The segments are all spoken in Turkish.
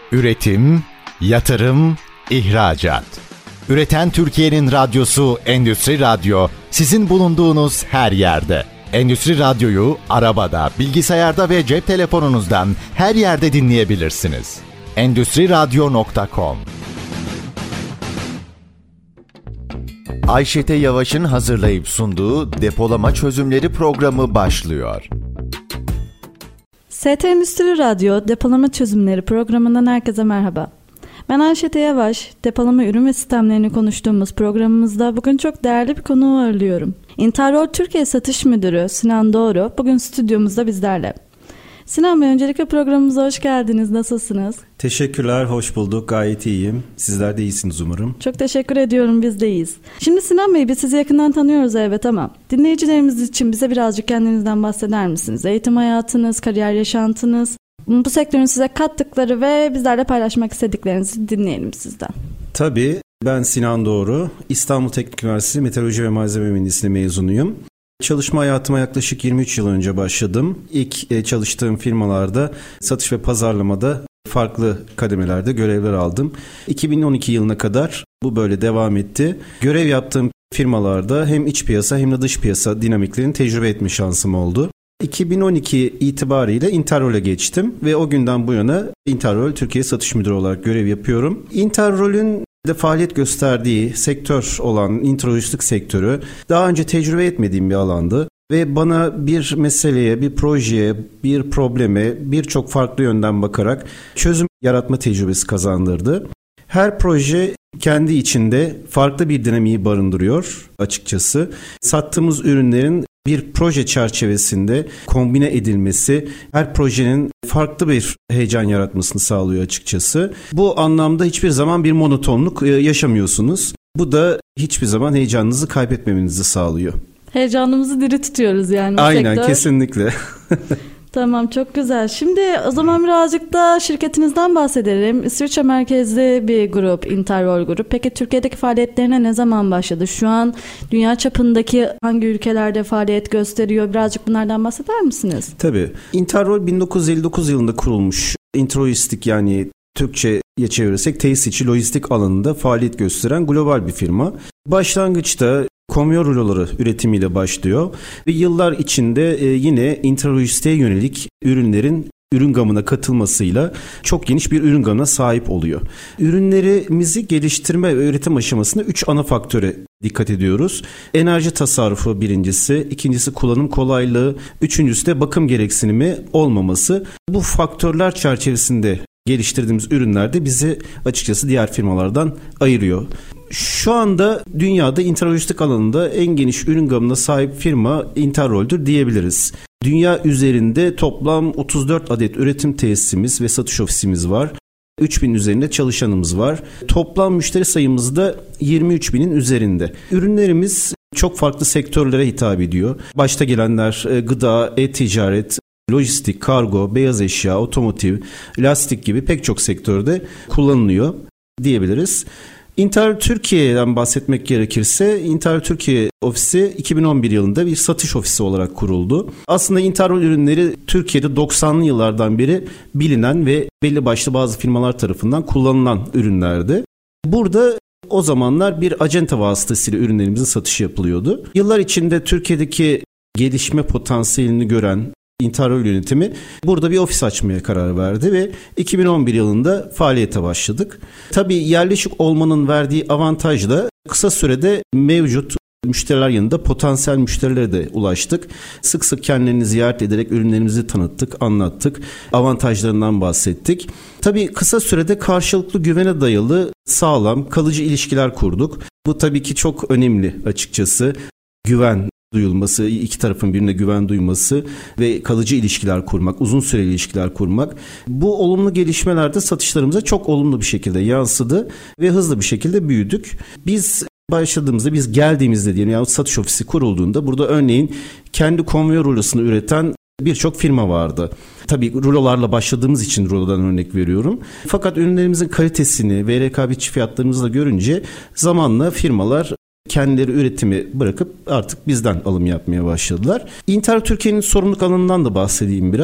Üretim, yatırım, ihracat. Üreten Türkiye'nin radyosu Endüstri Radyo, sizin bulunduğunuz her yerde. Endüstri Radyo'yu arabada, bilgisayarda ve cep telefonunuzdan her yerde dinleyebilirsiniz. Endüstriradyo.com. Ayşete Yavaş'ın hazırlayıp sunduğu Depolama Çözümleri programı başlıyor. ST Endüstri Radyo Depolama Çözümleri programından herkese merhaba. Ben Ayşete Yavaş, depolama ürün ve sistemlerini konuştuğumuz programımızda bugün çok değerli bir konuğu ağırlıyorum. Interroll Türkiye Satış Müdürü Sinan Doğru bugün stüdyomuzda bizlerle. Sinan Bey, öncelikle programımıza hoş geldiniz. Nasılsınız? Teşekkürler, hoş bulduk. Gayet iyiyim. Sizler de iyisiniz umarım. Çok teşekkür ediyorum, biz de iyiyiz. Şimdi Sinan Bey, biz sizi yakından tanıyoruz evet, ama dinleyicilerimiz için bize birazcık kendinizden bahseder misiniz? Eğitim hayatınız, kariyer yaşantınız, bu sektörün size kattıkları ve bizlerle paylaşmak istediklerinizi dinleyelim sizden. Tabii, ben Sinan Doğru, İstanbul Teknik Üniversitesi Meteoroloji ve Malzeme Mühendisliği mezunuyum. Çalışma hayatıma yaklaşık 23 yıl önce başladım. İlk çalıştığım firmalarda satış ve pazarlamada farklı kademelerde görevler aldım. 2012 yılına kadar bu böyle devam etti. Görev yaptığım firmalarda hem iç piyasa hem de dış piyasa dinamiklerini tecrübe etme şansım oldu. 2012 itibariyle Interroll'e geçtim ve o günden bu yana Interroll Türkiye Satış Müdürü olarak görev yapıyorum. Interroll'ün de faaliyet gösterdiği sektör olan intralojistik sektörü daha önce tecrübe etmediğim bir alandı ve bana bir meseleye, bir projeye, bir probleme birçok farklı yönden bakarak çözüm yaratma tecrübesi kazandırdı. Her proje kendi içinde farklı bir dinamiği barındırıyor açıkçası. Sattığımız ürünlerin bir proje çerçevesinde kombine edilmesi her projenin farklı bir heyecan yaratmasını sağlıyor açıkçası. Bu anlamda hiçbir zaman bir monotonluk yaşamıyorsunuz. Bu da hiçbir zaman heyecanınızı kaybetmemenizi sağlıyor. Heyecanımızı diri tutuyoruz yani. Aynen, sektör. Kesinlikle. Tamam, çok güzel. Şimdi o zaman birazcık da şirketinizden bahsedelim. İsviçre merkezli bir grup, Interroll Grup. Peki Türkiye'deki faaliyetlerine ne zaman başladı? Şu an dünya çapındaki hangi ülkelerde faaliyet gösteriyor? Birazcık bunlardan bahseder misiniz? Tabii. Interroll 1959 yılında kurulmuş. Intralojistik, yani Türkçe'ye çevirirsek tesis içi lojistik alanında faaliyet gösteren global bir firma. Başlangıçta konveyör ruloları üretimiyle başlıyor ve yıllar içinde yine intralojistiğe yönelik ürünlerin ürün gamına katılmasıyla çok geniş bir ürün gamına sahip oluyor. Ürünlerimizi geliştirme ve üretim aşamasında 3 ana faktöre dikkat ediyoruz. Enerji tasarrufu birincisi, ikincisi kullanım kolaylığı, üçüncüsü de bakım gereksinimi olmaması. Bu faktörler çerçevesinde geliştirdiğimiz ürünler de bizi açıkçası diğer firmalardan ayırıyor. Şu anda dünyada intralojistik alanında en geniş ürün gamına sahip firma Interroll'dür diyebiliriz. Dünya üzerinde toplam 34 adet üretim tesisimiz ve satış ofisimiz var. 3000 üzerinde çalışanımız var. Toplam müşteri sayımız da 23.000'in üzerinde. Ürünlerimiz çok farklı sektörlere hitap ediyor. Başta gelenler gıda, e-ticaret, lojistik, kargo, beyaz eşya, otomotiv, lastik gibi pek çok sektörde kullanılıyor diyebiliriz. Interroll Türkiye'den bahsetmek gerekirse, Interroll Türkiye ofisi 2011 yılında bir satış ofisi olarak kuruldu. Aslında Interroll ürünleri Türkiye'de 90'lı yıllardan beri bilinen ve belli başlı bazı firmalar tarafından kullanılan ürünlerdi. Burada o zamanlar bir acenta vasıtasıyla ürünlerimizin satışı yapılıyordu. Yıllar içinde Türkiye'deki gelişme potansiyelini gören Interroll yönetimi burada bir ofis açmaya karar verdi ve 2011 yılında faaliyete başladık. Tabii yerleşik olmanın verdiği avantajla kısa sürede mevcut müşteriler yanında potansiyel müşterilere de ulaştık. Sık sık kendilerini ziyaret ederek ürünlerimizi tanıttık, anlattık, avantajlarından bahsettik. Tabii kısa sürede karşılıklı güvene dayalı sağlam, kalıcı ilişkiler kurduk. Bu tabii ki çok önemli açıkçası. Güven duyulması, iki tarafın birbirine güven duyması ve kalıcı ilişkiler kurmak, uzun süreli ilişkiler kurmak. Bu olumlu gelişmeler de satışlarımıza çok olumlu bir şekilde yansıdı ve hızlı bir şekilde büyüdük. Biz geldiğimizde diyelim, yani satış ofisi kurulduğunda burada örneğin kendi konveyör rulosunu üreten birçok firma vardı. Tabii rulolarla başladığımız için rulodan örnek veriyorum. Fakat ürünlerimizin kalitesini ve rekabetçi fiyatlarımızı da görünce zamanla firmalar kendileri üretimi bırakıp artık bizden alım yapmaya başladılar. Interroll Türkiye'nin sorumluluk alanından da bahsedeyim biraz.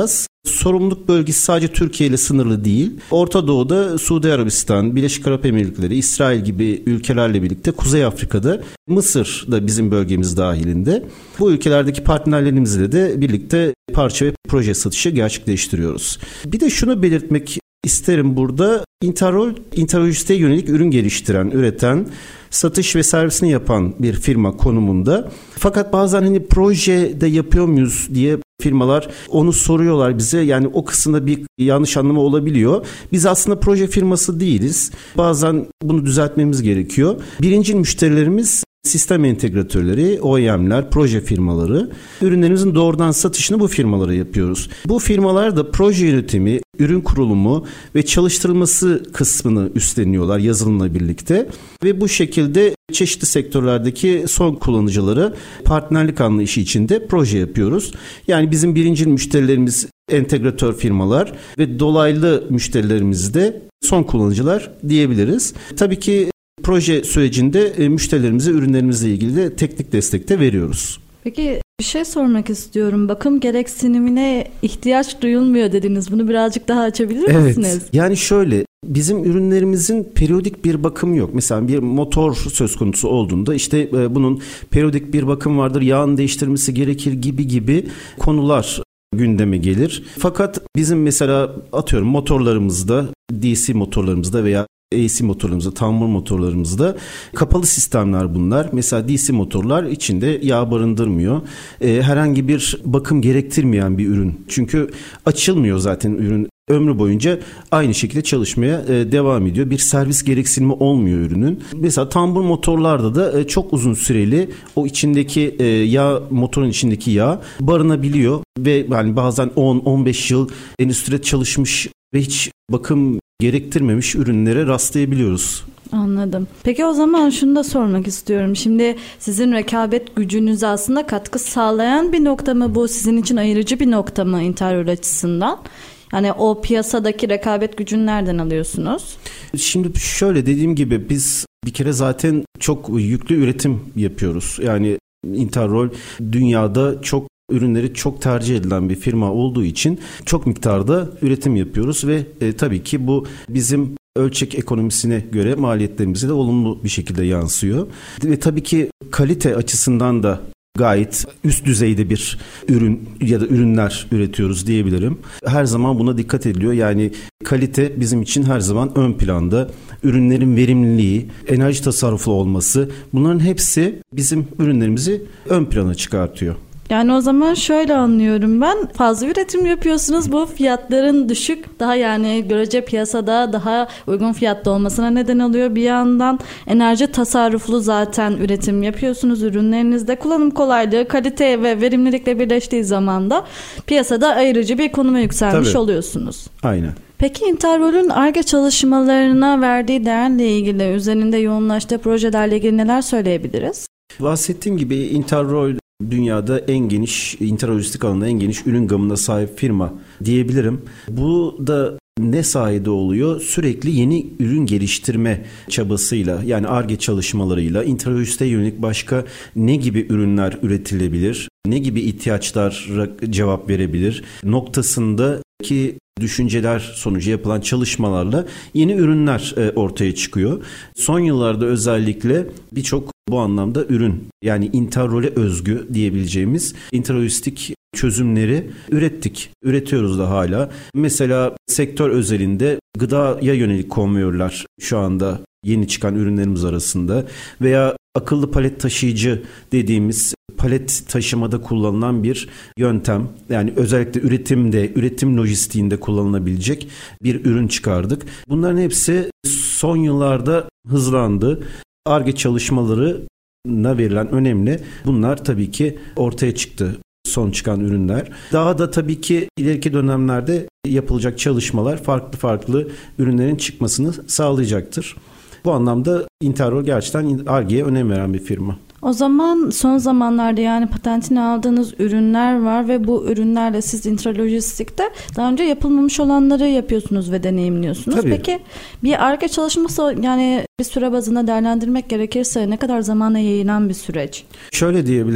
sorumluluk bölgesi sadece Türkiye ile sınırlı değil. Orta Doğu'da Suudi Arabistan, Birleşik Arap Emirlikleri, İsrail gibi ülkelerle birlikte Kuzey Afrika'da, Mısır da bizim bölgemiz dahilinde. Bu ülkelerdeki partnerlerimizle de birlikte parça ve proje satışı gerçekleştiriyoruz. Bir de şunu belirtmek isterim burada. Interroll, interlojisteye yönelik ürün geliştiren, üreten, satış ve servisini yapan bir firma konumunda. Fakat bazen hani projede yapıyor muyuz diye firmalar onu soruyorlar bize. Yani o kısımda bir yanlış anlama olabiliyor. Biz aslında proje firması değiliz. Bazen bunu düzeltmemiz gerekiyor. Birinci müşterilerimiz sistem entegratörleri, OEM'ler, proje firmaları. Ürünlerimizin doğrudan satışını bu firmalara yapıyoruz. Bu firmalar da proje yönetimi, ürün kurulumu ve çalıştırılması kısmını üstleniyorlar yazılımla birlikte. Ve bu şekilde çeşitli sektörlerdeki son kullanıcıları partnerlik anlayışı içinde proje yapıyoruz. Yani bizim birinci müşterilerimiz entegratör firmalar ve dolaylı müşterilerimiz de son kullanıcılar diyebiliriz. Tabii ki proje sürecinde müşterilerimize ürünlerimizle ilgili de teknik destek de veriyoruz. Peki bir şey sormak istiyorum. Bakım gereksinimine ihtiyaç duyulmuyor dediniz. Bunu birazcık daha açabilir misiniz? Evet. Yani şöyle, bizim ürünlerimizin periyodik bir bakımı yok. Mesela bir motor söz konusu olduğunda işte bunun periyodik bir bakım vardır, yağın değiştirilmesi gerekir gibi konular gündeme gelir. Fakat bizim mesela atıyorum motorlarımızda, DC motorlarımızda veya AC motorlarımızda, tambur motorlarımızda kapalı sistemler bunlar. Mesela DC motorlar içinde yağ barındırmıyor. Herhangi bir bakım gerektirmeyen bir ürün. Çünkü açılmıyor zaten ürün. Ömrü boyunca aynı şekilde çalışmaya devam ediyor. Bir servis gereksinimi olmuyor ürünün. Mesela tambur motorlarda da çok uzun süreli o içindeki yağ, motorun içindeki yağ barınabiliyor ve yani bazen 10-15 yıl endüstride çalışmış ve hiç bakım gerektirmemiş ürünlere rastlayabiliyoruz. Anladım. Peki o zaman şunu da sormak istiyorum. Şimdi sizin rekabet gücünüze aslında katkı sağlayan bir nokta mı bu? Sizin için ayırıcı bir nokta mı Interroll açısından? Yani o piyasadaki rekabet gücünü nereden alıyorsunuz? Şimdi şöyle dediğim gibi biz bir kere zaten çok yüklü üretim yapıyoruz. Yani Interroll dünyada çok ürünleri çok tercih edilen bir firma olduğu için çok miktarda üretim yapıyoruz ve tabii ki bu bizim ölçek ekonomisine göre maliyetlerimize de olumlu bir şekilde yansıyor. Ve tabii ki kalite açısından da gayet üst düzeyde bir ürün ya da ürünler üretiyoruz diyebilirim. Her zaman buna dikkat ediliyor. Yani kalite bizim için her zaman ön planda. Ürünlerin verimliliği, enerji tasarruflu olması, bunların hepsi bizim ürünlerimizi ön plana çıkartıyor. Yani o zaman şöyle anlıyorum ben. Fazla üretim yapıyorsunuz. Bu fiyatların düşük, daha yani görece piyasada daha uygun fiyatlı olmasına neden oluyor. Bir yandan enerji tasarruflu zaten üretim yapıyorsunuz ürünlerinizde. Kullanım kolaylığı, kalite ve verimlilikle birleştiği zaman da piyasada ayırıcı bir konuma yükselmiş Tabii. oluyorsunuz. Aynen. Peki Interroll'ün Ar-Ge çalışmalarına verdiği değerle ilgili, üzerinde yoğunlaştığı projelerle ilgili neler söyleyebiliriz? Bahsettiğim gibi Interroll dünyada en geniş, interlojistik alanında en geniş ürün gamına sahip firma diyebilirim. Bu da ne sayede oluyor? Sürekli yeni ürün geliştirme çabasıyla, yani Ar-Ge çalışmalarıyla interlojisteye yönelik başka ne gibi ürünler üretilebilir? Ne gibi ihtiyaçlara cevap verebilir? Noktasındaki düşünceler sonucu yapılan çalışmalarla yeni ürünler ortaya çıkıyor. Son yıllarda özellikle birçok bu anlamda ürün, yani Interroll'e özgü diyebileceğimiz interlojistik çözümleri üretiyoruz da hala. Mesela sektör özelinde gıdaya yönelik konveyörler şu anda yeni çıkan ürünlerimiz arasında veya akıllı palet taşıyıcı dediğimiz palet taşımada kullanılan bir yöntem. Yani özellikle üretim lojistiğinde kullanılabilecek bir ürün çıkardık. Bunların hepsi son yıllarda hızlandı. Ar-Ge çalışmalarına verilen önemli. Bunlar tabii ki ortaya çıktı. Son çıkan ürünler. Daha da tabii ki ileriki dönemlerde yapılacak çalışmalar farklı ürünlerin çıkmasını sağlayacaktır. Bu anlamda Interroll gerçekten Ar-Ge'ye önem veren bir firma. O zaman son zamanlarda yani patentini aldığınız ürünler var ve bu ürünlerle siz intralojistikte daha önce yapılmamış olanları yapıyorsunuz ve deneyimliyorsunuz. Tabii. Peki bir Ar-Ge çalışması, yani bir süre bazında değerlendirmek gerekirse ne kadar zamana yayılan bir süreç? Şöyle diyebilirim.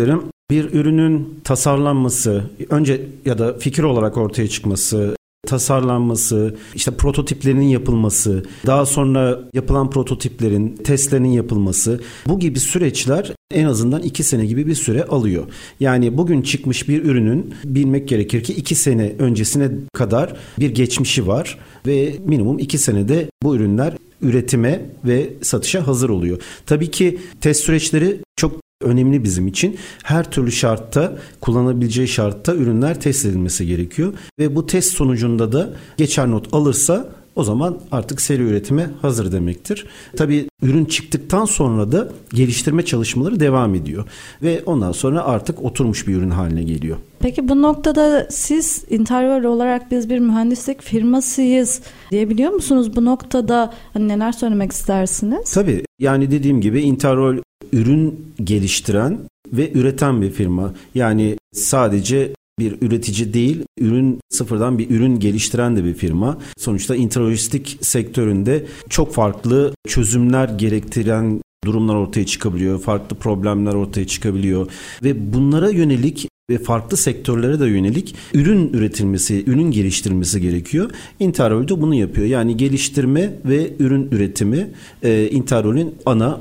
Bir ürünün tasarlanması, önce ya da fikir olarak ortaya çıkması, tasarlanması, işte prototiplerinin yapılması, daha sonra yapılan prototiplerin testlerinin yapılması, bu gibi süreçler en azından 2 sene gibi bir süre alıyor. Yani bugün çıkmış bir ürünün bilmek gerekir ki 2 sene öncesine kadar bir geçmişi var ve minimum 2 senede bu ürünler üretime ve satışa hazır oluyor. Tabii ki test süreçleri çok önemli bizim için. Her türlü şartta, kullanabileceği şartta ürünler test edilmesi gerekiyor. Ve bu test sonucunda da geçer not alırsa o zaman artık seri üretime hazır demektir. Tabii ürün çıktıktan sonra da geliştirme çalışmaları devam ediyor. Ve ondan sonra artık oturmuş bir ürün haline geliyor. Peki bu noktada siz Interroll olarak biz bir mühendislik firmasıyız diyebiliyor musunuz? Bu noktada neler söylemek istersiniz? Tabii yani dediğim gibi Interroll ürün geliştiren ve üreten bir firma. Yani sadece bir üretici değil, sıfırdan bir ürün geliştiren de bir firma. Sonuçta intralojistik sektöründe çok farklı çözümler gerektiren durumlar ortaya çıkabiliyor. Farklı problemler ortaya çıkabiliyor. Ve bunlara yönelik ve farklı sektörlere de yönelik ürün üretilmesi, ürün geliştirilmesi gerekiyor. Interroll de bunu yapıyor. Yani geliştirme ve ürün üretimi Interroll'ün ana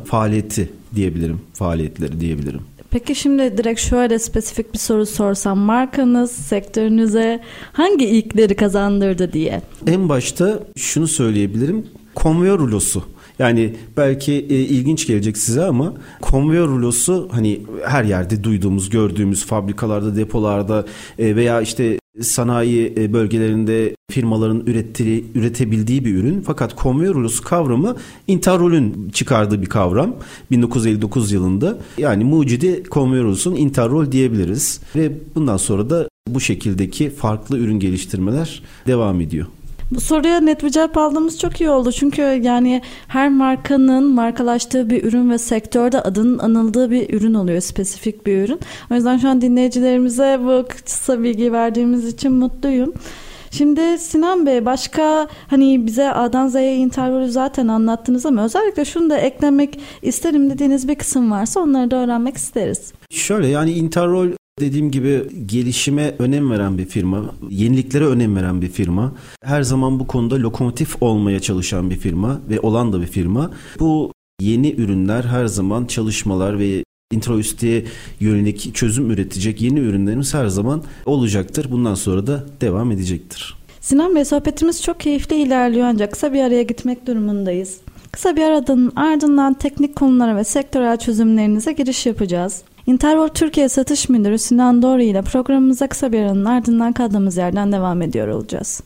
faaliyetleri diyebilirim. Peki şimdi direkt şöyle spesifik bir soru sorsam, markanız sektörünüze hangi ilkleri kazandırdı diye? En başta şunu söyleyebilirim. Konveyör rulosu. Yani belki ilginç gelecek size ama konveyör rulosu hani her yerde duyduğumuz, gördüğümüz fabrikalarda, depolarda veya işte sanayi bölgelerinde firmaların üretebildiği bir ürün. Fakat konveyör rulosu kavramı Interroll'ün çıkardığı bir kavram 1959 yılında. Yani mucidi konveyör rulosunun Interroll diyebiliriz ve bundan sonra da bu şekildeki farklı ürün geliştirmeler devam ediyor. Bu soruya net bir cevap aldığımız çok iyi oldu. Çünkü yani her markanın markalaştığı bir ürün ve sektörde adının anıldığı bir ürün oluyor. Spesifik bir ürün. O yüzden şu an dinleyicilerimize bu kısa bilgi verdiğimiz için mutluyum. Şimdi Sinan Bey, başka bize A'dan Z'ye Interroll'ü zaten anlattınız ama özellikle şunu da eklemek isterim dediğiniz bir kısım varsa onları da öğrenmek isteriz. Şöyle yani Interroll dediğim gibi gelişime önem veren bir firma, yeniliklere önem veren bir firma. Her zaman bu konuda lokomotif olmaya çalışan bir firma ve olan da bir firma. Bu yeni ürünler her zaman çalışmalar ve intralojistik'e yönelik çözüm üretecek yeni ürünlerimiz her zaman olacaktır. Bundan sonra da devam edecektir. Sinan Bey, sohbetimiz çok keyifli ilerliyor ancak kısa bir araya gitmek durumundayız. Kısa bir aradanın ardından teknik konulara ve sektörel çözümlerinize giriş yapacağız. Interroll Türkiye Satış Müdürü Sinan Doğru ile programımıza kısa bir aranın ardından kaldığımız yerden devam ediyor olacağız.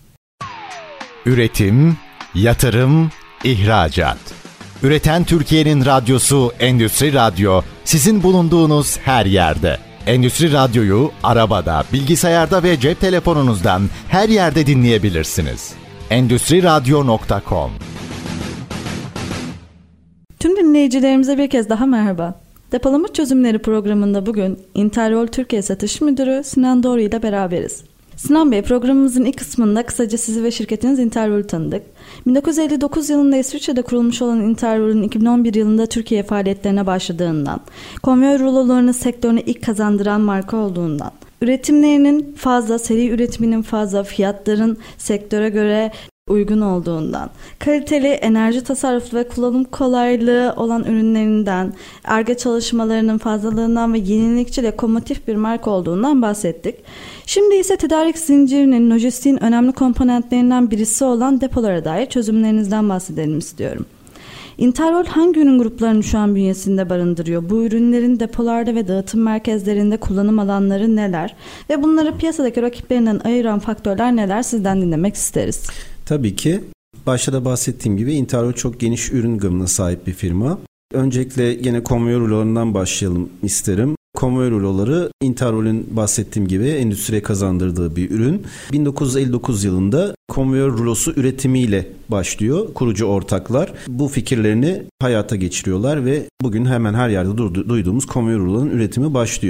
Üretim, yatırım, ihracat. Üreten Türkiye'nin radyosu Endüstri Radyo, sizin bulunduğunuz her yerde. Endüstri Radyo'yu arabada, bilgisayarda ve cep telefonunuzdan her yerde dinleyebilirsiniz. Endüstriradyo.com. Tüm dinleyicilerimize bir kez daha merhaba. Depolama Çözümleri programında bugün Interroll Türkiye Satış Müdürü Sinan Doğru ile beraberiz. Sinan Bey, programımızın ilk kısmında kısaca sizi ve şirketiniz Interroll'ü tanıdık. 1959 yılında İsviçre'de kurulmuş olan Interroll'ün 2011 yılında Türkiye faaliyetlerine başladığından, konveyör rulolarını sektörüne ilk kazandıran marka olduğundan, üretimlerinin fazla, seri üretiminin fazla, fiyatların sektöre göre uygun olduğundan, kaliteli, enerji tasarruflu ve kullanım kolaylığı olan ürünlerinden, Ar-Ge çalışmalarının fazlalığından ve yenilikçi, lokomotif bir marka olduğundan bahsettik. Şimdi ise tedarik zincirinin, lojistiğin önemli komponentlerinden birisi olan depolara dair çözümlerinizden bahsedelim istiyorum. Interroll hangi ürün gruplarını şu an bünyesinde barındırıyor? Bu ürünlerin depolarda ve dağıtım merkezlerinde kullanım alanları neler? Ve bunları piyasadaki rakiplerinden ayıran faktörler neler? Sizden dinlemek isteriz. Tabii ki. Başta da bahsettiğim gibi Interroll çok geniş ürün gamına sahip bir firma. Öncelikle yine konveyör rulolarından başlayalım isterim. Konveyör ruloları Interroll'ün bahsettiğim gibi endüstriye kazandırdığı bir ürün. 1959 yılında konveyör rulosu üretimiyle başlıyor kurucu ortaklar. Bu fikirlerini hayata geçiriyorlar ve bugün hemen her yerde duyduğumuz konveyör rulolarının üretimi başlıyor.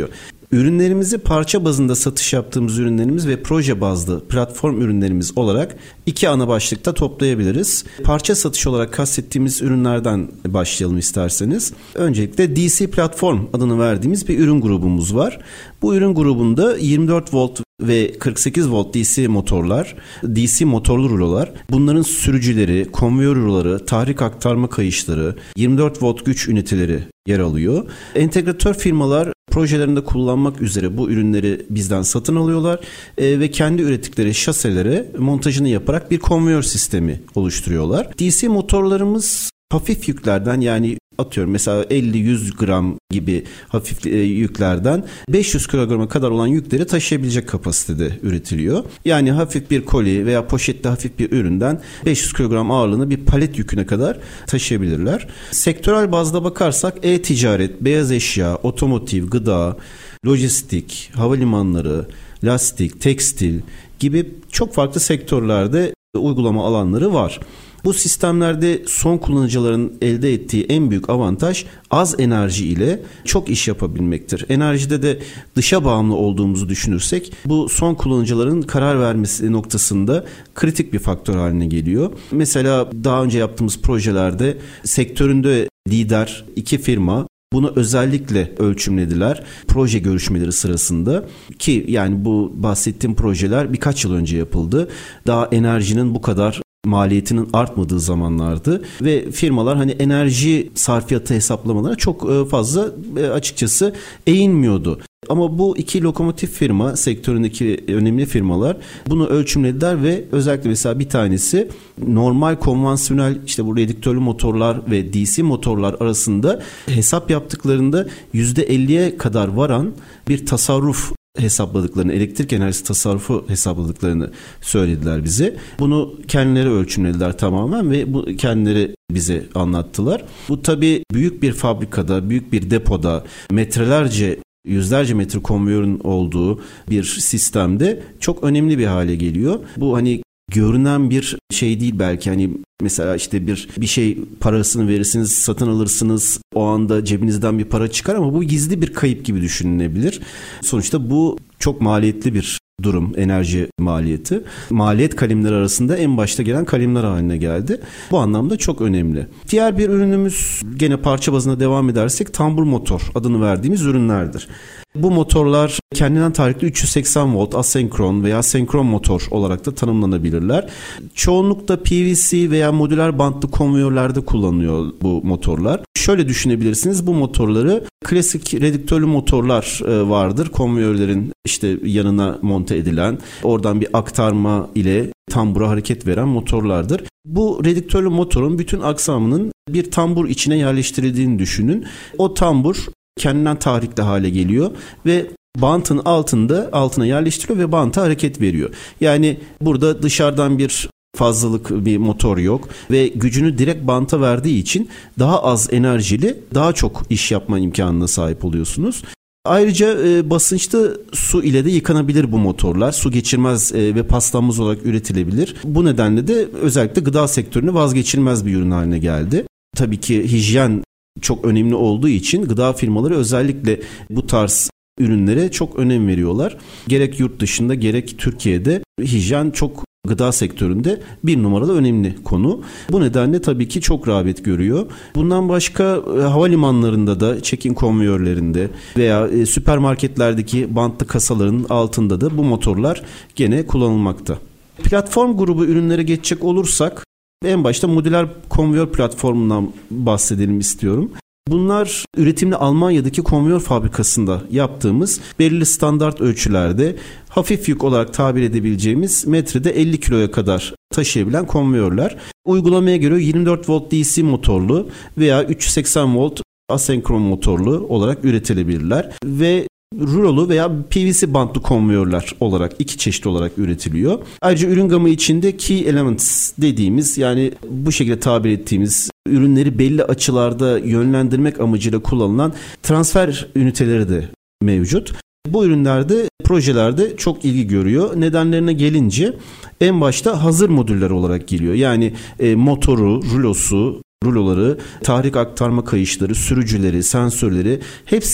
Ürünlerimizi parça bazında satış yaptığımız ürünlerimiz ve proje bazlı platform ürünlerimiz olarak iki ana başlıkta toplayabiliriz. Parça satış olarak kastettiğimiz ürünlerden başlayalım isterseniz. Öncelikle DC platform adını verdiğimiz bir ürün grubumuz var. Bu ürün grubunda 24 volt ve 48 volt DC motorlar, DC motorlu rulolar, bunların sürücüleri, konveyör ruloları, tahrik aktarma kayışları, 24 volt güç üniteleri yer alıyor. Entegratör firmalar projelerinde kullanmak üzere bu ürünleri bizden satın alıyorlar ve kendi ürettikleri şaselere montajını yaparak bir konveyör sistemi oluşturuyorlar. DC motorlarımız hafif yüklerden, yani atıyorum mesela 50-100 gram gibi hafif yüklerden 500 kilograma kadar olan yükleri taşıyabilecek kapasitede üretiliyor. Yani hafif bir koli veya poşetli hafif bir üründen 500 kilogram ağırlığını bir palet yüküne kadar taşıyabilirler. Sektörel bazda bakarsak e-ticaret, beyaz eşya, otomotiv, gıda, lojistik, havalimanları, lastik, tekstil gibi çok farklı sektörlerde uygulama alanları var. Bu sistemlerde son kullanıcıların elde ettiği en büyük avantaj az enerji ile çok iş yapabilmektir. Enerjide de dışa bağımlı olduğumuzu düşünürsek bu son kullanıcıların karar vermesi noktasında kritik bir faktör haline geliyor. Mesela daha önce yaptığımız projelerde sektöründe lider iki firma bunu özellikle ölçümlediler proje görüşmeleri sırasında, ki yani bu bahsettiğim projeler birkaç yıl önce yapıldı. Daha enerjinin bu kadar maliyetinin artmadığı zamanlardı ve firmalar hani enerji sarfiyatı hesaplamalarına çok fazla açıkçası eğilmiyordu. Ama bu iki lokomotif firma, sektöründeki önemli firmalar bunu ölçümlediler ve özellikle mesela bir tanesi normal konvansiyonel işte bu redüktörlü motorlar ve DC motorlar arasında hesap yaptıklarında %50'ye kadar varan bir tasarruf hesapladıklarını, elektrik enerjisi tasarrufu hesapladıklarını söylediler bize. Bunu kendileri ölçümlediler tamamen ve bu kendileri bize anlattılar. Bu tabii büyük bir fabrikada, büyük bir depoda metrelerce, yüzlerce metre konveyörün olduğu bir sistemde çok önemli bir hale geliyor. Bu hani görünen bir şey değil belki, hani mesela işte bir şey parasını verirsiniz, satın alırsınız, o anda cebinizden bir para çıkar ama bu gizli bir kayıp gibi düşünülebilir. Sonuçta bu çok maliyetli bir durum, enerji maliyeti. Maliyet kalemleri arasında en başta gelen kalemler haline geldi. Bu anlamda çok önemli. Diğer bir ürünümüz, gene parça bazına devam edersek, tambur motor adını verdiğimiz ürünlerdir. Bu motorlar kendinden tahrikli 380 volt asenkron veya senkron motor olarak da tanımlanabilirler. Çoğunlukla PVC veya modüler bantlı konveyörlerde kullanılıyor bu motorlar. Şöyle düşünebilirsiniz, bu motorları klasik redüktörlü motorlar vardır. Konveyörlerin işte yanına monte edilen, oradan bir aktarma ile tambura hareket veren motorlardır. Bu redüktörlü motorun bütün aksamının bir tambur içine yerleştirildiğini düşünün. O tambur kendinden tahrikli hale geliyor ve bantın altına yerleştiriyor ve banta hareket veriyor. Yani burada dışarıdan bir fazlalık bir motor yok ve gücünü direkt banta verdiği için daha az enerjili, daha çok iş yapma imkanına sahip oluyorsunuz. Ayrıca basınçlı su ile de yıkanabilir bu motorlar. Su geçirmez ve paslanmaz olarak üretilebilir. Bu nedenle de özellikle gıda sektörüne vazgeçilmez bir ürün haline geldi. Tabii ki hijyen çok önemli olduğu için gıda firmaları özellikle bu tarz ürünlere çok önem veriyorlar. Gerek yurt dışında gerek Türkiye'de hijyen çok gıda sektöründe bir numaralı önemli konu. Bu nedenle tabii ki çok rağbet görüyor. Bundan başka havalimanlarında da check-in konveyörlerinde veya süpermarketlerdeki bantlı kasaların altında da bu motorlar gene kullanılmakta. Platform grubu ürünlere geçecek olursak en başta modüler konveyör platformundan bahsedelim istiyorum. Bunlar üretimini Almanya'daki konveyör fabrikasında yaptığımız belirli standart ölçülerde hafif yük olarak tabir edebileceğimiz metrede 50 kiloya kadar taşıyabilen konveyörler. Uygulamaya göre 24 volt DC motorlu veya 380 volt asenkron motorlu olarak üretilebilirler ve rulolu veya PVC bantlı konveyörler olarak iki çeşit olarak üretiliyor. Ayrıca ürün gamı içinde key elements dediğimiz, yani bu şekilde tabir ettiğimiz ürünleri belli açılarda yönlendirmek amacıyla kullanılan transfer üniteleri de mevcut. Bu ürünlerde, projelerde çok ilgi görüyor. Nedenlerine gelince en başta hazır modüller olarak geliyor. Yani motoru, ruloları, tahrik aktarma kayışları, sürücüleri, sensörleri hepsi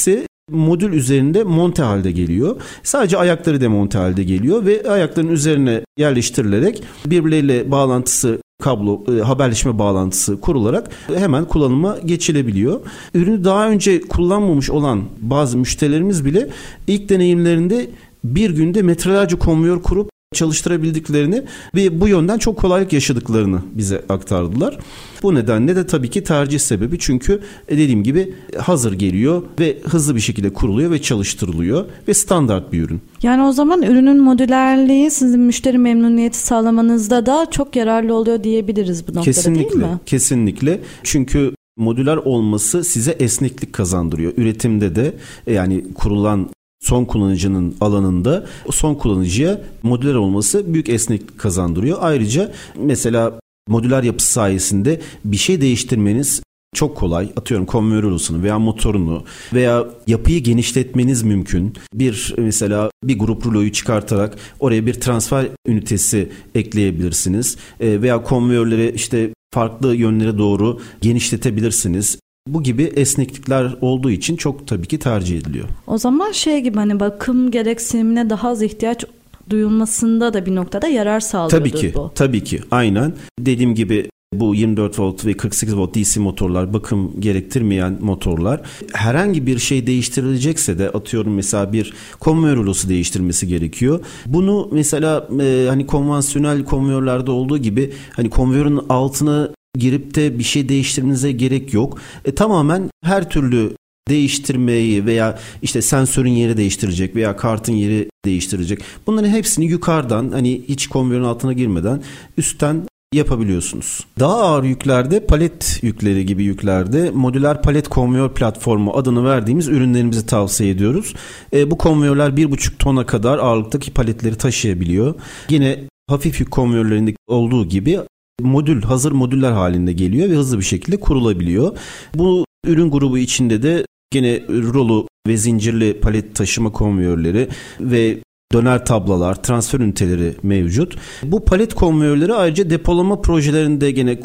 modül üzerinde monte halde geliyor. Sadece ayakları demonte halde geliyor ve ayakların üzerine yerleştirilerek birbirleriyle bağlantısı, kablo, haberleşme bağlantısı kurularak hemen kullanıma geçilebiliyor. Ürünü daha önce kullanmamış olan bazı müşterilerimiz bile ilk deneyimlerinde bir günde metrelerce konveyör kurup çalıştırabildiklerini ve bu yönden çok kolaylık yaşadıklarını bize aktardılar. Bu nedenle de tabii ki tercih sebebi, çünkü dediğim gibi hazır geliyor ve hızlı bir şekilde kuruluyor ve çalıştırılıyor ve standart bir ürün. Yani o zaman ürünün modülerliği sizin müşteri memnuniyeti sağlamanızda da çok yararlı oluyor diyebiliriz bu noktada, kesinlikle, değil mi? Kesinlikle. Çünkü modüler olması size esneklik kazandırıyor. Üretimde de yani kurulan son kullanıcının alanında son kullanıcıya modüler olması büyük esneklik kazandırıyor. Ayrıca mesela modüler yapısı sayesinde bir şey değiştirmeniz çok kolay. Atıyorum konveyör rulosunu veya motorunu veya yapıyı genişletmeniz mümkün. Mesela bir grup ruloyu çıkartarak oraya bir transfer ünitesi ekleyebilirsiniz. Veya konveyörleri işte farklı yönlere doğru genişletebilirsiniz. Bu gibi esneklikler olduğu için çok tabii ki tercih ediliyor. O zaman gibi hani bakım gereksinimine daha az ihtiyaç duyulmasında da bir noktada yarar sağlıyordur bu. Tabii ki. Aynen. Dediğim gibi bu 24 volt ve 48 volt DC motorlar, bakım gerektirmeyen motorlar. Herhangi bir şey değiştirilecekse de atıyorum mesela bir konveyör rulosu değiştirmesi gerekiyor. Bunu mesela hani konvansiyonel konveyörlerde olduğu gibi hani konveyörün altına girip de bir şey değiştirmenize gerek yok. Tamamen her türlü değiştirmeyi veya işte sensörün yeri değiştirecek veya kartın yeri değiştirecek. Bunların hepsini yukarıdan, hani hiç konveyörün altına girmeden üstten yapabiliyorsunuz. Daha ağır yüklerde, palet yükleri gibi yüklerde modüler palet konveyör platformu adını verdiğimiz ürünlerimizi tavsiye ediyoruz. Bu konveyörler 1,5 tona kadar ağırlıktaki paletleri taşıyabiliyor. Yine hafif yük konveyörlerinde olduğu gibi hazır modüller halinde geliyor ve hızlı bir şekilde kurulabiliyor. Bu ürün grubu içinde de gene rolo ve zincirli palet taşıma konveyörleri ve döner tablalar, transfer üniteleri mevcut. Bu palet konveyörleri ayrıca depolama projelerinde gene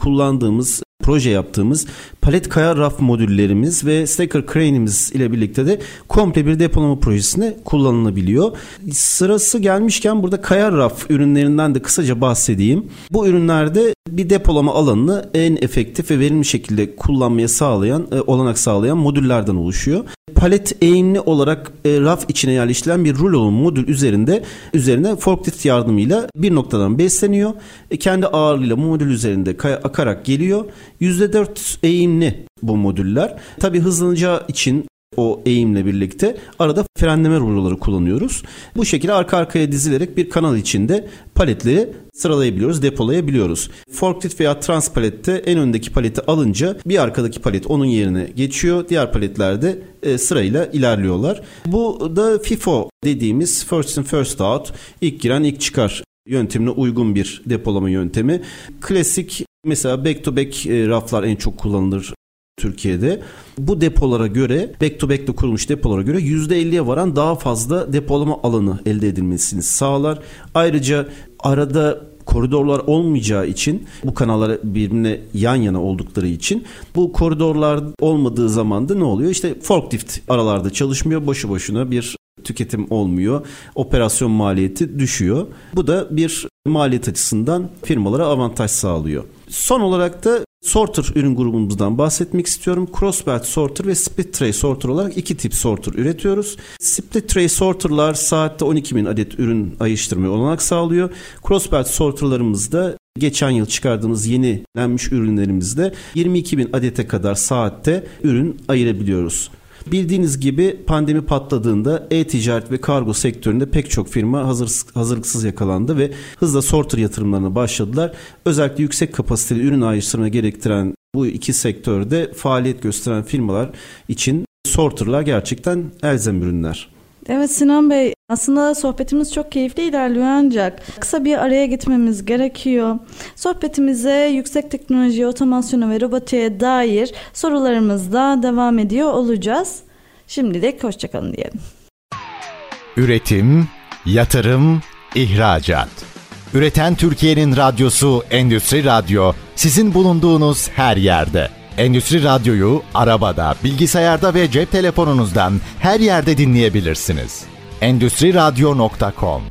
proje yaptığımız palet kaya raf modüllerimiz ve stacker crane'imiz ile birlikte de komple bir depolama projesine kullanılabiliyor. Sırası gelmişken burada kaya raf ürünlerinden de kısaca bahsedeyim. Bu ürünlerde bir depolama alanını en efektif ve verimli şekilde kullanmaya olanak sağlayan modüllerden oluşuyor. Palet eğimli olarak raf içine yerleştirilen bir rulolu modül üzerine forklift yardımıyla bir noktadan besleniyor. Kendi ağırlığıyla modül üzerinde akarak geliyor. %4 eğimli bu modüller. Tabii hızlanacağı için o eğimle birlikte arada frenleme ruloları kullanıyoruz. Bu şekilde arka arkaya dizilerek bir kanal içinde paletleri sıralayabiliyoruz, depolayabiliyoruz. Forklift veya trans palette en öndeki paleti alınca bir arkadaki palet onun yerine geçiyor. Diğer paletler de sırayla ilerliyorlar. Bu da FIFO dediğimiz first in first out, ilk giren ilk çıkar yöntemine uygun bir depolama yöntemi. Klasik mesela back to back raflar en çok kullanılır Türkiye'de. Bu depolara göre, back to back'te kurulmuş depolara göre %50'ye varan daha fazla depolama alanı elde edilmesini sağlar. Ayrıca arada koridorlar olmayacağı için, bu kanallar birbirine yan yana oldukları için, bu koridorlar olmadığı zaman da ne oluyor? İşte forklift aralarda çalışmıyor, boşu boşuna bir tüketim olmuyor. Operasyon maliyeti düşüyor. Bu da bir maliyet açısından firmalara avantaj sağlıyor. Son olarak da sorter ürün grubumuzdan bahsetmek istiyorum. Crossbelt sorter ve split tray sorter olarak iki tip sorter üretiyoruz. Split tray sorterlar saatte 12.000 adet ürün ayrıştırmaya olanak sağlıyor. Crossbelt sorterlarımızda geçen yıl çıkardığımız yenilenmiş ürünlerimizde 22.000 adete kadar saatte ürün ayırabiliyoruz. Bildiğiniz gibi pandemi patladığında e-ticaret ve kargo sektöründe pek çok firma hazırlıksız yakalandı ve hızla sorter yatırımlarına başladılar. Özellikle yüksek kapasiteli ürün ayrıştırma gerektiren bu iki sektörde faaliyet gösteren firmalar için sorterlar gerçekten elzem ürünler. Evet Sinan Bey, aslında sohbetimiz çok keyifli ilerliyor ancak kısa bir araya gitmemiz gerekiyor. Sohbetimize yüksek teknoloji, otomasyona ve robotiğe dair sorularımızla devam ediyor olacağız. Şimdilik hoşçakalın diyelim. Üretim, yatırım, ihracat. Üreten Türkiye'nin radyosu Endüstri Radyo, sizin bulunduğunuz her yerde. Endüstri Radyo'yu arabada, bilgisayarda ve cep telefonunuzdan her yerde dinleyebilirsiniz. Endüstriradyo.com.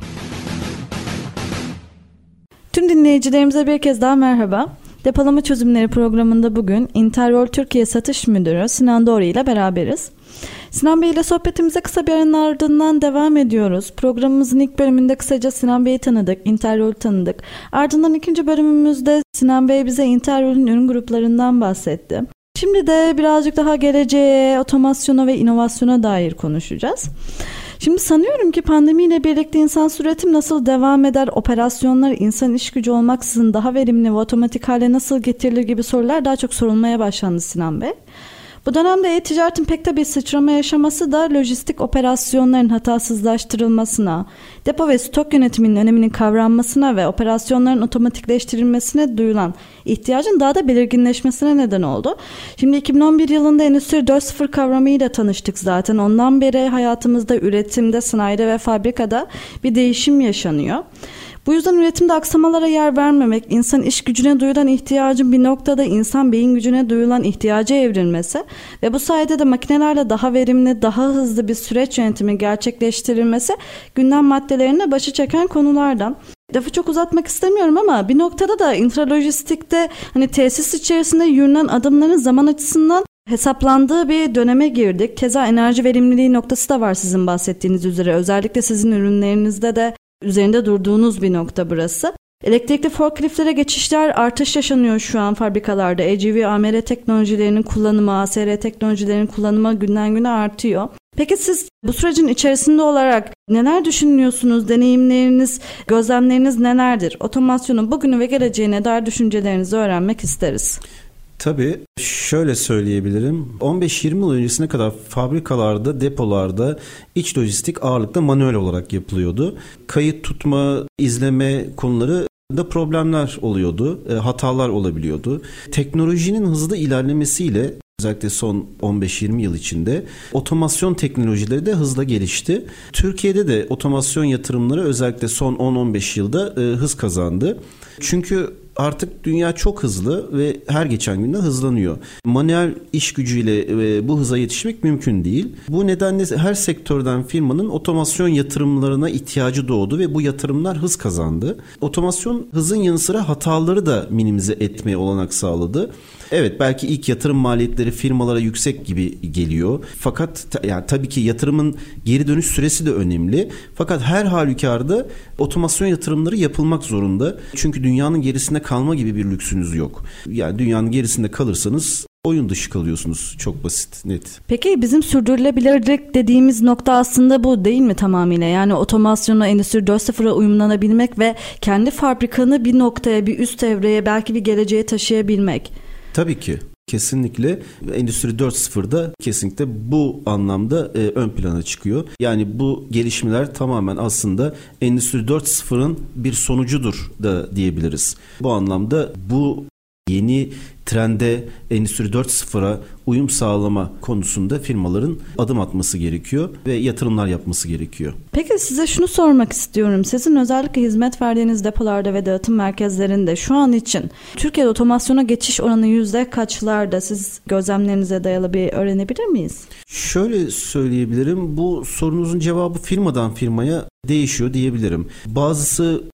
Tüm dinleyicilerimize bir kez daha merhaba. Depolama Çözümleri programında bugün Interroll Türkiye Satış Müdürü Sinan Doğru ile beraberiz. Sinan Bey ile sohbetimize kısa bir aranın ardından devam ediyoruz. Programımızın ilk bölümünde kısaca Sinan Bey'i tanıdık, Interroll'u tanıdık. Ardından ikinci bölümümüzde Sinan Bey bize Interroll'ün ürün gruplarından bahsetti. Şimdi de birazcık daha geleceğe, otomasyona ve inovasyona dair konuşacağız. Şimdi sanıyorum ki pandemiyle birlikte insan üretim nasıl devam eder, operasyonlar insan iş gücü olmaksızın daha verimli ve otomatik hale nasıl getirilir gibi sorular daha çok sorulmaya başlandı Sinan Bey. Bu dönemde e-ticaretin pek de bir sıçrama yaşaması da lojistik operasyonların hatasızlaştırılmasına, depo ve stok yönetiminin öneminin kavranmasına ve operasyonların otomatikleştirilmesine duyulan ihtiyacın daha da belirginleşmesine neden oldu. Şimdi 2011 yılında Endüstri 4.0 kavramıyla tanıştık zaten. Ondan beri hayatımızda üretimde, sanayide ve fabrikada bir değişim yaşanıyor. Bu yüzden üretimde aksamalara yer vermemek, insan iş gücüne duyulan ihtiyacın bir noktada insan beyin gücüne duyulan ihtiyaca evrilmesi ve bu sayede de makinelerle daha verimli, daha hızlı bir süreç yönetimi gerçekleştirilmesi gündem maddelerine başı çeken konulardan. Lafı çok uzatmak istemiyorum ama bir noktada da intralojistikte tesis içerisinde yürünen adımların zaman açısından hesaplandığı bir döneme girdik. Keza enerji verimliliği noktası da var sizin bahsettiğiniz üzere. Özellikle sizin ürünlerinizde de üzerinde durduğunuz bir nokta burası. Elektrikli forkliftlere geçişler artış yaşanıyor şu an fabrikalarda. EGV, AMR teknolojilerinin kullanımı, ASR teknolojilerinin kullanımı günden güne artıyor. Peki siz bu sürecin içerisinde olarak neler düşünüyorsunuz? Deneyimleriniz, gözlemleriniz nelerdir? Otomasyonun bugünü ve geleceğine dair düşüncelerinizi öğrenmek isteriz. Tabii şöyle söyleyebilirim. 15-20 yıl öncesine kadar fabrikalarda, depolarda iç lojistik ağırlıkla manuel olarak yapılıyordu. Kayıt tutma, izleme konuları da problemler oluyordu. Hatalar olabiliyordu. Teknolojinin hızlı ilerlemesiyle özellikle son 15-20 yıl içinde otomasyon teknolojileri de hızla gelişti. Türkiye'de de otomasyon yatırımları özellikle son 10-15 yılda hız kazandı. Çünkü artık dünya çok hızlı ve her geçen günde hızlanıyor. Manuel iş gücüyle bu hıza yetişmek mümkün değil. Bu nedenle her sektörden firmanın otomasyon yatırımlarına ihtiyacı doğdu ve bu yatırımlar hız kazandı. Otomasyon hızın yanı sıra hataları da minimize etmeye olanak sağladı. Evet, belki ilk yatırım maliyetleri firmalara yüksek gibi geliyor. Fakat tabii ki yatırımın geri dönüş süresi de önemli. Fakat her halükarda otomasyon yatırımları yapılmak zorunda. Çünkü dünyanın gerisinde kalma gibi bir lüksünüz yok. Yani dünyanın gerisinde kalırsanız oyun dışı kalıyorsunuz. Çok basit, net. Peki bizim sürdürülebilirlik dediğimiz nokta aslında bu değil mi tamamıyla? Yani otomasyona, Endüstri 4.0'a uyumlanabilimek ve kendi fabrikanı bir noktaya, bir üst evreye, belki bir geleceğe taşıyabilmek. Tabii ki. Kesinlikle Endüstri 4.0'da kesinlikle bu anlamda ön plana çıkıyor. Yani bu gelişmeler tamamen aslında Endüstri 4.0'ın bir sonucudur da diyebiliriz. Bu anlamda bu yeni trende Endüstri 4.0'a uyum sağlama konusunda firmaların adım atması gerekiyor ve yatırımlar yapması gerekiyor. Peki size şunu sormak istiyorum. Sizin özellikle hizmet verdiğiniz depolarda ve dağıtım merkezlerinde şu an için Türkiye'de otomasyona geçiş oranı yüzde kaçlarda? Siz gözlemlerinize dayalı bir öğrenebilir miyiz? Şöyle söyleyebilirim. Bu sorunuzun cevabı firmadan firmaya değişiyor diyebilirim. Bazısı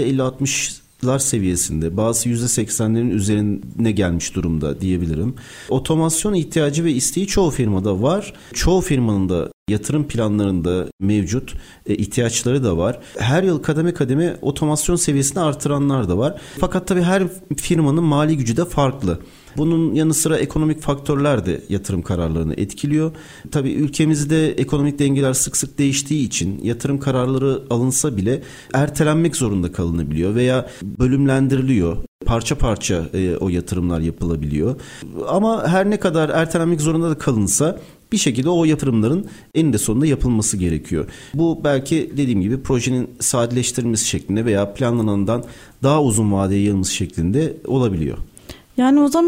%50-60 seviyesinde, bazı %80'lerin üzerine gelmiş durumda diyebilirim. Otomasyon ihtiyacı ve isteği çoğu firmada var. Çoğu firmanın da yatırım planlarında mevcut, ihtiyaçları da var. Her yıl kademe kademe otomasyon seviyesini artıranlar da var. Fakat tabii her firmanın mali gücü de farklı. Bunun yanı sıra ekonomik faktörler de yatırım kararlarını etkiliyor. Tabii ülkemizde ekonomik dengeler sık sık değiştiği için yatırım kararları alınsa bile ertelenmek zorunda kalınabiliyor veya bölümlendiriliyor. Parça parça o yatırımlar yapılabiliyor. Ama her ne kadar ertelenmek zorunda da kalınsa bir şekilde o yatırımların eninde sonunda yapılması gerekiyor. Bu belki dediğim gibi projenin sadeleştirilmesi şeklinde veya planlanandan daha uzun vadeye yayılması şeklinde olabiliyor. Yani o zaman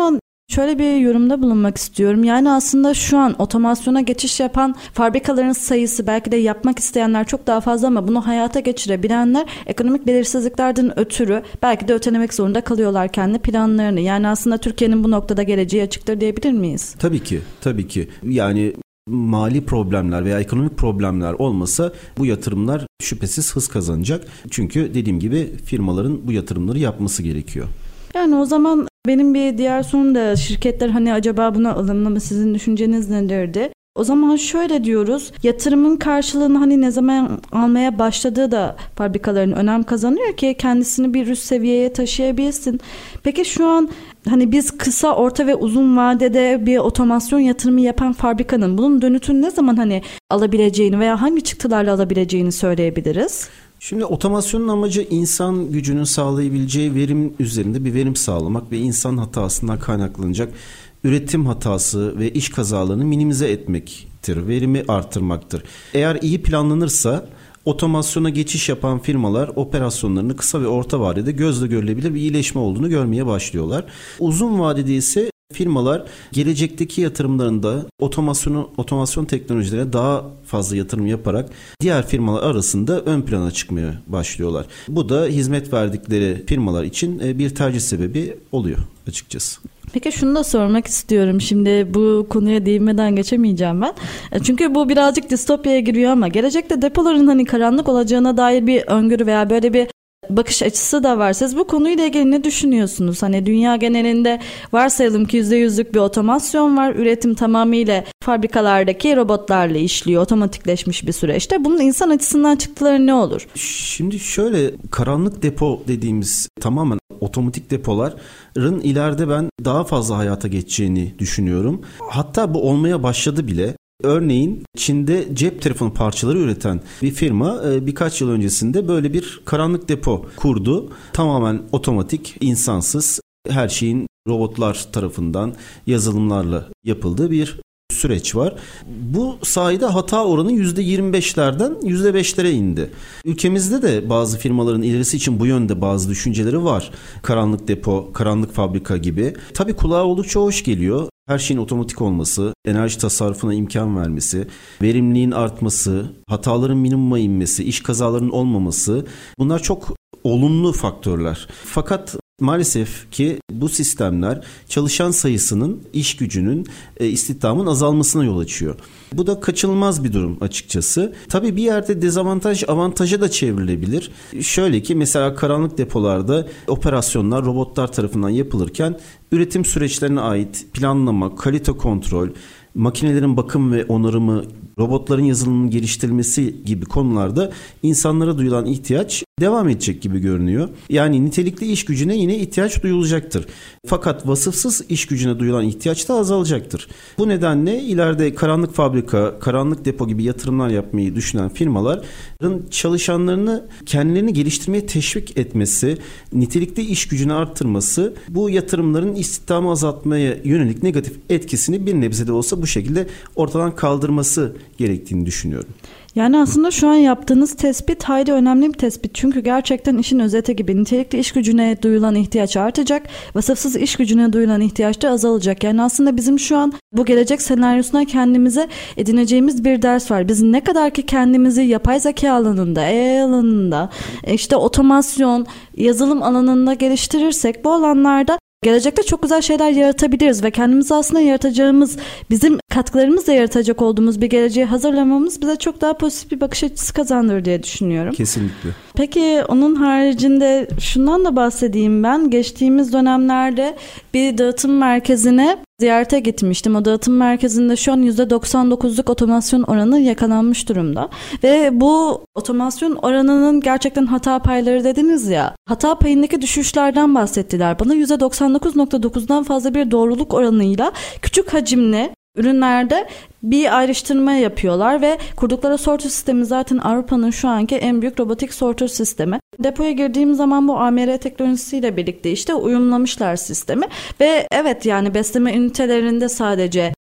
şöyle bir yorumda bulunmak istiyorum. Yani aslında şu an otomasyona geçiş yapan fabrikaların sayısı, belki de yapmak isteyenler çok daha fazla ama bunu hayata geçirebilenler ekonomik belirsizliklerden ötürü belki de ötelemek zorunda kalıyorlar kendi planlarını. Yani aslında Türkiye'nin bu noktada geleceği açıktır diyebilir miyiz? Tabii ki. Yani mali problemler veya ekonomik problemler olmasa bu yatırımlar şüphesiz hız kazanacak. Çünkü dediğim gibi firmaların bu yatırımları yapması gerekiyor. Yani o zaman benim bir diğer sorum da, şirketler hani acaba buna ılımlı mı, sizin düşünceniz nedirdi? O zaman şöyle diyoruz, yatırımın karşılığını hani ne zaman almaya başladığı da fabrikaların önem kazanıyor ki kendisini bir üst seviyeye taşıyabilsin. Peki şu an hani biz kısa, orta ve uzun vadede bir otomasyon yatırımı yapan fabrikanın bunun dönütünü ne zaman hani alabileceğini veya hangi çıktılarla alabileceğini söyleyebiliriz? Şimdi otomasyonun amacı insan gücünün sağlayabileceği verim üzerinde bir verim sağlamak ve insan hatasından kaynaklanacak üretim hatası ve iş kazalarını minimize etmektir, verimi artırmaktır. Eğer iyi planlanırsa otomasyona geçiş yapan firmalar operasyonlarını kısa ve orta vadede gözle görülebilir bir iyileşme olduğunu görmeye başlıyorlar. Uzun vadede ise firmalar gelecekteki yatırımlarında otomasyon teknolojilerine daha fazla yatırım yaparak diğer firmalar arasında ön plana çıkmaya başlıyorlar. Bu da hizmet verdikleri firmalar için bir tercih sebebi oluyor açıkçası. Peki şunu da sormak istiyorum. Şimdi bu konuya değinmeden geçemeyeceğim ben. Çünkü bu birazcık distopyaya giriyor ama gelecekte depoların hani karanlık olacağına dair bir öngörü veya böyle bir bakış açısı da var. Siz bu konuyla ilgili ne düşünüyorsunuz? Hani dünya genelinde varsayalım ki %100'lük bir otomasyon var. Üretim tamamıyla fabrikalardaki robotlarla işliyor. Otomatikleşmiş bir süreçte. Bunun insan açısından çıktıları ne olur? Şimdi şöyle, karanlık depo dediğimiz tamamen otomatik depoların ileride ben daha fazla hayata geçeceğini düşünüyorum. Hatta bu olmaya başladı bile. Örneğin Çin'de cep telefonu parçaları üreten bir firma birkaç yıl öncesinde böyle bir karanlık depo kurdu. Tamamen otomatik, insansız, her şeyin robotlar tarafından yazılımlarla yapıldığı bir süreç var. Bu sayede hata oranı %25'lerden %5'lere indi. Ülkemizde de bazı firmaların ilerisi için bu yönde bazı düşünceleri var. Karanlık depo, karanlık fabrika gibi. Tabii kulağa oldukça hoş geliyor. Her şeyin otomatik olması, enerji tasarrufuna imkan vermesi, verimliliğin artması, hataların minimuma inmesi, iş kazalarının olmaması, bunlar çok olumlu faktörler. Fakat maalesef ki bu sistemler çalışan sayısının, iş gücünün, istihdamın azalmasına yol açıyor. Bu da kaçınılmaz bir durum açıkçası. Tabii bir yerde dezavantaj avantaja da çevrilebilir. Şöyle ki mesela karanlık depolarda operasyonlar robotlar tarafından yapılırken üretim süreçlerine ait planlama, kalite kontrol, makinelerin bakım ve onarımı, robotların yazılımının geliştirilmesi gibi konularda insanlara duyulan ihtiyaç devam edecek gibi görünüyor. Yani nitelikli iş gücüne yine ihtiyaç duyulacaktır. Fakat vasıfsız iş gücüne duyulan ihtiyaç da azalacaktır. Bu nedenle ileride karanlık fabrika, karanlık depo gibi yatırımlar yapmayı düşünen firmaların çalışanlarını kendilerini geliştirmeye teşvik etmesi, nitelikli iş gücünü arttırması bu yatırımların istihdamı azaltmaya yönelik negatif etkisini bir nebze de olsa bu şekilde ortadan kaldırması gerektiğini düşünüyorum. Yani aslında şu an yaptığınız tespit hayli önemli bir tespit. Çünkü gerçekten işin özeti gibi nitelikli iş gücüne duyulan ihtiyaç artacak. Vasıfsız iş gücüne duyulan ihtiyaç da azalacak. Yani aslında bizim şu an bu gelecek senaryosuna kendimize edineceğimiz bir ders var. Biz ne kadar ki kendimizi yapay zeka alanında, AI alanında, işte otomasyon, yazılım alanında geliştirirsek bu alanlarda gelecekte çok güzel şeyler yaratabiliriz ve kendimizi aslında yaratacağımız, bizim katkılarımızla yaratacak olduğumuz bir geleceğe hazırlamamız bize çok daha pozitif bir bakış açısı kazandırır diye düşünüyorum. Kesinlikle. Peki onun haricinde şundan da bahsedeyim ben. Geçtiğimiz dönemlerde bir dağıtım merkezine ziyarete gitmiştim. O dağıtım merkezinde şu an %99'luk otomasyon oranı yakalanmış durumda. Ve bu otomasyon oranının gerçekten hata payları dediniz ya. Hata payındaki düşüşlerden bahsettiler. Bana %99.9'dan fazla bir doğruluk oranıyla küçük hacimli ürünlerde bir ayrıştırma yapıyorlar ve kurdukları sortör sistemi zaten Avrupa'nın şu anki en büyük robotik sortör sistemi. Depoya girdiğim zaman bu AMR teknolojisiyle birlikte işte uyumlamışlar sistemi ve evet, yani besleme ünitelerinde sadece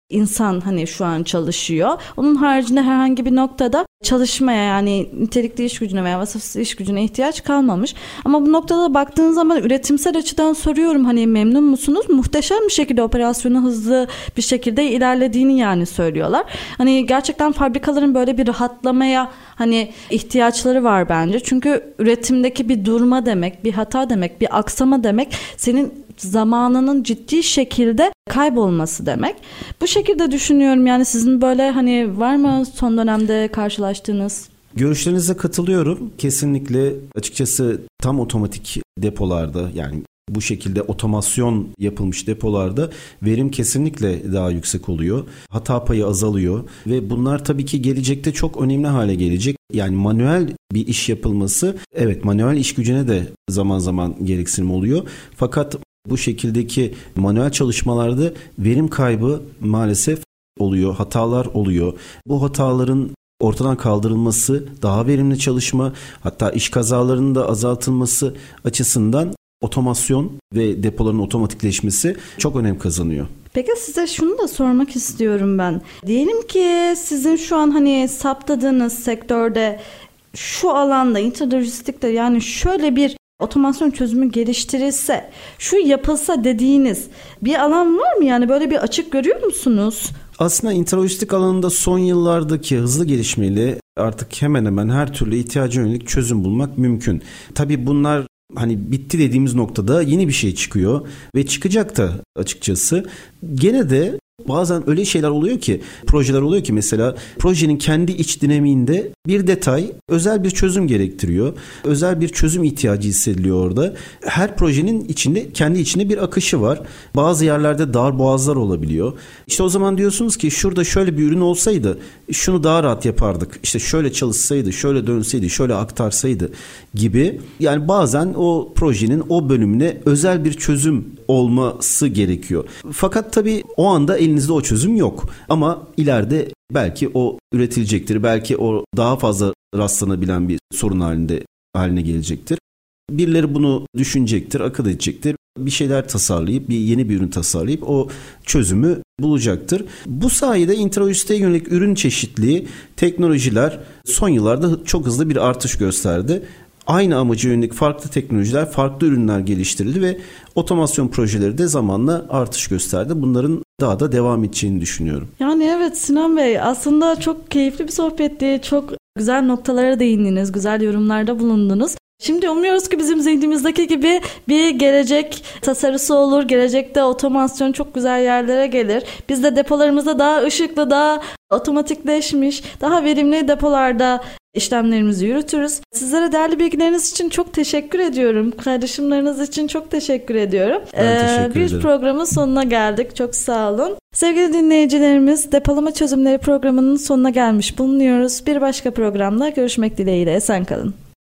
insan hani şu an çalışıyor. Onun haricinde herhangi bir noktada çalışmaya, yani nitelikli iş gücüne veya vasıfsız iş gücüne ihtiyaç kalmamış. Ama bu noktada baktığın zaman üretimsel açıdan soruyorum, hani memnun musunuz? Muhteşem bir şekilde operasyonu hızlı bir şekilde ilerlediğini yani söylüyorlar. Hani gerçekten fabrikaların böyle bir rahatlamaya hani ihtiyaçları var bence. Çünkü üretimdeki bir durma demek, bir hata demek, bir aksama demek senin zamanının ciddi şekilde kaybolması demek. Bu şekilde düşünüyorum. Yani sizin böyle hani var mı son dönemde karşılaştığınız? Görüşlerinize katılıyorum. Kesinlikle açıkçası tam otomatik depolarda, yani bu şekilde otomasyon yapılmış depolarda verim kesinlikle daha yüksek oluyor. Hata payı azalıyor ve bunlar tabii ki gelecekte çok önemli hale gelecek. Yani manuel bir iş yapılması, evet, manuel iş gücüne de zaman zaman gereksinim oluyor. Fakat bu şekildeki manuel çalışmalarda verim kaybı maalesef oluyor, hatalar oluyor. Bu hataların ortadan kaldırılması, daha verimli çalışma, hatta iş kazalarının da azaltılması açısından otomasyon ve depoların otomatikleşmesi çok önem kazanıyor. Peki size şunu da sormak istiyorum ben. Diyelim ki sizin şu an hani saptadığınız sektörde, şu alanda, intralojistikte yani şöyle bir otomasyon çözümü geliştirilse, şu yapılsa dediğiniz bir alan var mı? Yani böyle bir açık görüyor musunuz? Aslında intralojistik alanında son yıllardaki hızlı gelişmeyle artık hemen hemen her türlü ihtiyaca yönelik çözüm bulmak mümkün. Tabii bunlar hani bitti dediğimiz noktada yeni bir şey çıkıyor ve çıkacak da açıkçası. Gene de bazen öyle şeyler oluyor ki, projeler oluyor ki mesela projenin kendi iç dinamiğinde bir detay özel bir çözüm gerektiriyor. Özel bir çözüm ihtiyacı hissediliyor orada. Her projenin içinde, kendi içinde bir akışı var. Bazı yerlerde dar boğazlar olabiliyor. İşte o zaman diyorsunuz ki şurada şöyle bir ürün olsaydı şunu daha rahat yapardık. İşte şöyle çalışsaydı, şöyle dönseydi, şöyle aktarsaydı gibi. Yani bazen o projenin o bölümüne özel bir çözüm olması gerekiyor. Fakat tabii o anda elinizde o çözüm yok. Ama ileride belki o üretilecektir. Belki o daha fazla rastlanabilen bir sorun haline gelecektir. Birileri bunu düşünecektir, akıl edecektir. Bir şeyler tasarlayıp, yeni bir ürün tasarlayıp o çözümü bulacaktır. Bu sayede intralojisteye yönelik ürün çeşitliliği, teknolojiler son yıllarda çok hızlı bir artış gösterdi. Aynı amaca yönelik farklı teknolojiler, farklı ürünler geliştirildi ve otomasyon projeleri de zamanla artış gösterdi. Bunların daha da devam edeceğini düşünüyorum. Yani evet Sinan Bey, aslında çok keyifli bir sohbetti. Çok güzel noktalara değindiniz, güzel yorumlarda bulundunuz. Şimdi umuyoruz ki bizim zihnimizdeki gibi bir gelecek tasarısı olur. Gelecekte otomasyon çok güzel yerlere gelir. Biz de depolarımızda daha ışıklı, daha otomatikleşmiş, daha verimli depolarda işlemlerimizi yürütürüz. Sizlere değerli bilgileriniz için çok teşekkür ediyorum. Paylaşımlarınız için çok teşekkür ediyorum. Bir programın sonuna geldik. Çok sağ olun. Sevgili dinleyicilerimiz, Depolama Çözümleri programının sonuna gelmiş bulunuyoruz. Bir başka programda görüşmek dileğiyle. Esen kalın.